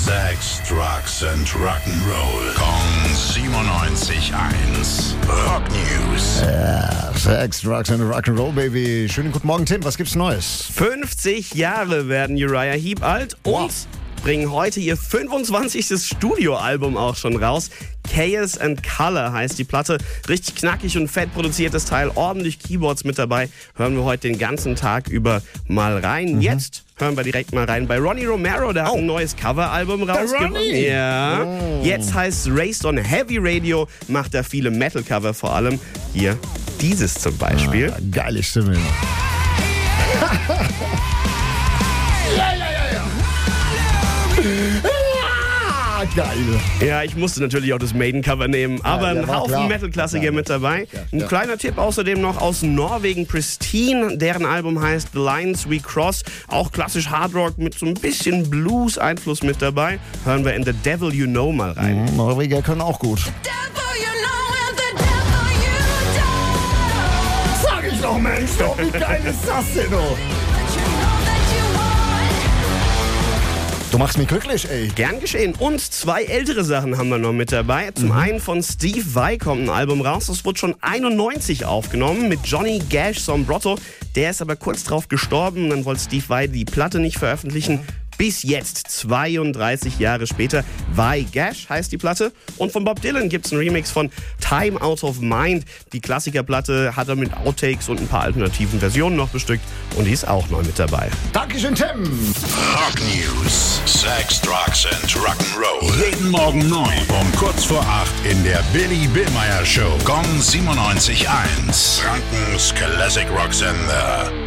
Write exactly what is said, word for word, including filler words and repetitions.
Sex, Drugs and Rock'n'Roll. Kong siebenundneunzig eins. Rock News. Ja, Sex, Drugs and Rock'n'Roll, Baby. Schönen guten Morgen, Tim. Was gibt's Neues? fünfzig Jahre werden Uriah Heep alt und Wow. bringen heute ihr fünfundzwanzigstes Studioalbum auch schon raus. Chaos and Color heißt die Platte. Richtig knackig und fett produziertes Teil, ordentlich Keyboards mit dabei. Hören wir heute den ganzen Tag über mal rein. Mhm. Jetzt hören wir direkt mal rein bei Ronnie Romero. Der hat Oh. ein neues Coveralbum rausgebracht. Ronnie. Ja. Oh. Jetzt heißt es Raised on Heavy Radio. Macht er viele Metal-Cover vor allem. Hier dieses zum Beispiel. Ah, geile Stimme. Ja, ja, ja, ja. Ah, geil. Ja, ich musste natürlich auch das Maiden-Cover nehmen, aber ja, ein war Haufen klar. Metal-Klassiker Ja, mit dabei. ja, Ein ja. kleiner Tipp außerdem noch aus Norwegen, Pristine. Deren Album heißt The Lines We Cross. Auch klassisch Hardrock mit so ein bisschen Blues-Einfluss mit dabei. Hören wir in The Devil You Know mal rein. Mhm, Norweger können auch gut. Sag ich doch, Mensch, doch, wie geil ist das denn, oh? Du machst mich glücklich, ey. Gern geschehen. Und zwei ältere Sachen haben wir noch mit dabei. Zum Mhm. einen von Steve Vai kommt ein Album raus. Das wurde schon einundneunzig aufgenommen mit Johnny Gash Sombrotto. Der ist aber kurz drauf gestorben. Dann wollte Steve Vai die Platte nicht veröffentlichen. Bis jetzt, zweiunddreißig Jahre später. Vai Gash heißt die Platte. Und von Bob Dylan gibt es einen Remix von Time Out of Mind. Die Klassikerplatte hat er mit Outtakes und ein paar alternativen Versionen noch bestückt. Und die ist auch neu mit dabei. Dankeschön, Tim. Rock News. Sex, Drugs and Rock'n'Roll. Jeden Morgen neun um kurz vor acht in der Billy Billmeyer Show. Kong siebenundneunzig eins. Frankens Classic Rock Sender.